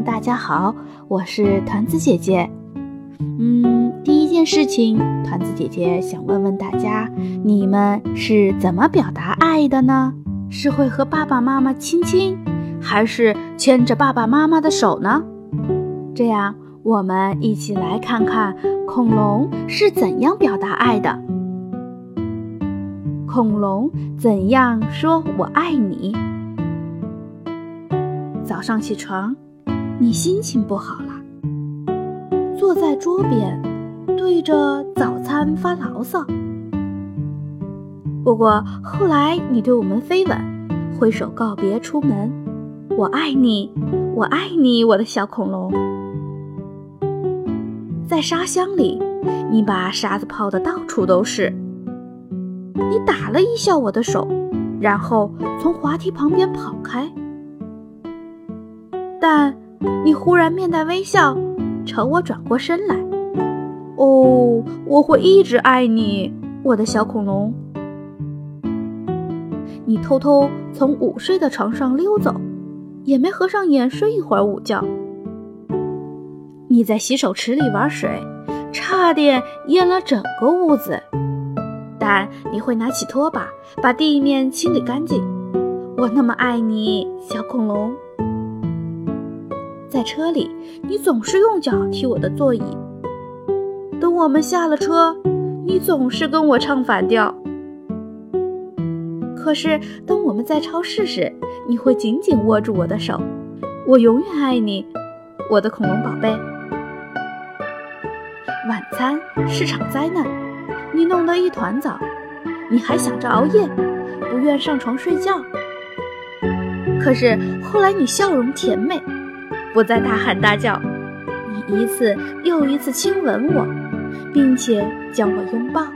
大家好，我是团子姐姐。第一件事情，团子姐姐想问问大家，你们是怎么表达爱的呢？是会和爸爸妈妈亲亲，还是牵着爸爸妈妈的手呢？这样，我们一起来看看恐龙是怎样表达爱的。恐龙怎样说我爱你？早上起床，你心情不好了，坐在桌边，对着早餐发牢骚。不过后来你对我们飞吻，挥手告别出门，我爱你，我爱你，我的小恐龙。在沙箱里，你把沙子泡得到处都是。你打了一下我的手，然后从滑梯旁边跑开。但你忽然面带微笑，朝我转过身来。哦，我会一直爱你，我的小恐龙。你偷偷从午睡的床上溜走，也没合上眼睡一会儿午觉。你在洗手池里玩水，差点淹了整个屋子，但你会拿起拖把把地面清理干净。我那么爱你，小恐龙。在车里，你总是用脚踢我的座椅。等我们下了车，你总是跟我唱反调。可是当我们在超市时，你会紧紧握住我的手。我永远爱你，我的恐龙宝贝。晚餐是场灾难，你弄得一团糟，你还想着熬夜，不愿上床睡觉。可是后来你笑容甜美，不再大喊大叫，你一次又一次亲吻我，并且将我拥抱。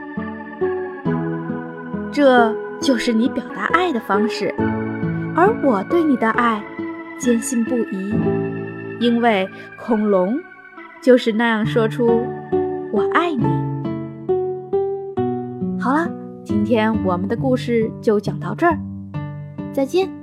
这就是你表达爱的方式，而我对你的爱坚信不疑，因为恐龙就是那样说出我爱你。好了，今天我们的故事就讲到这儿，再见。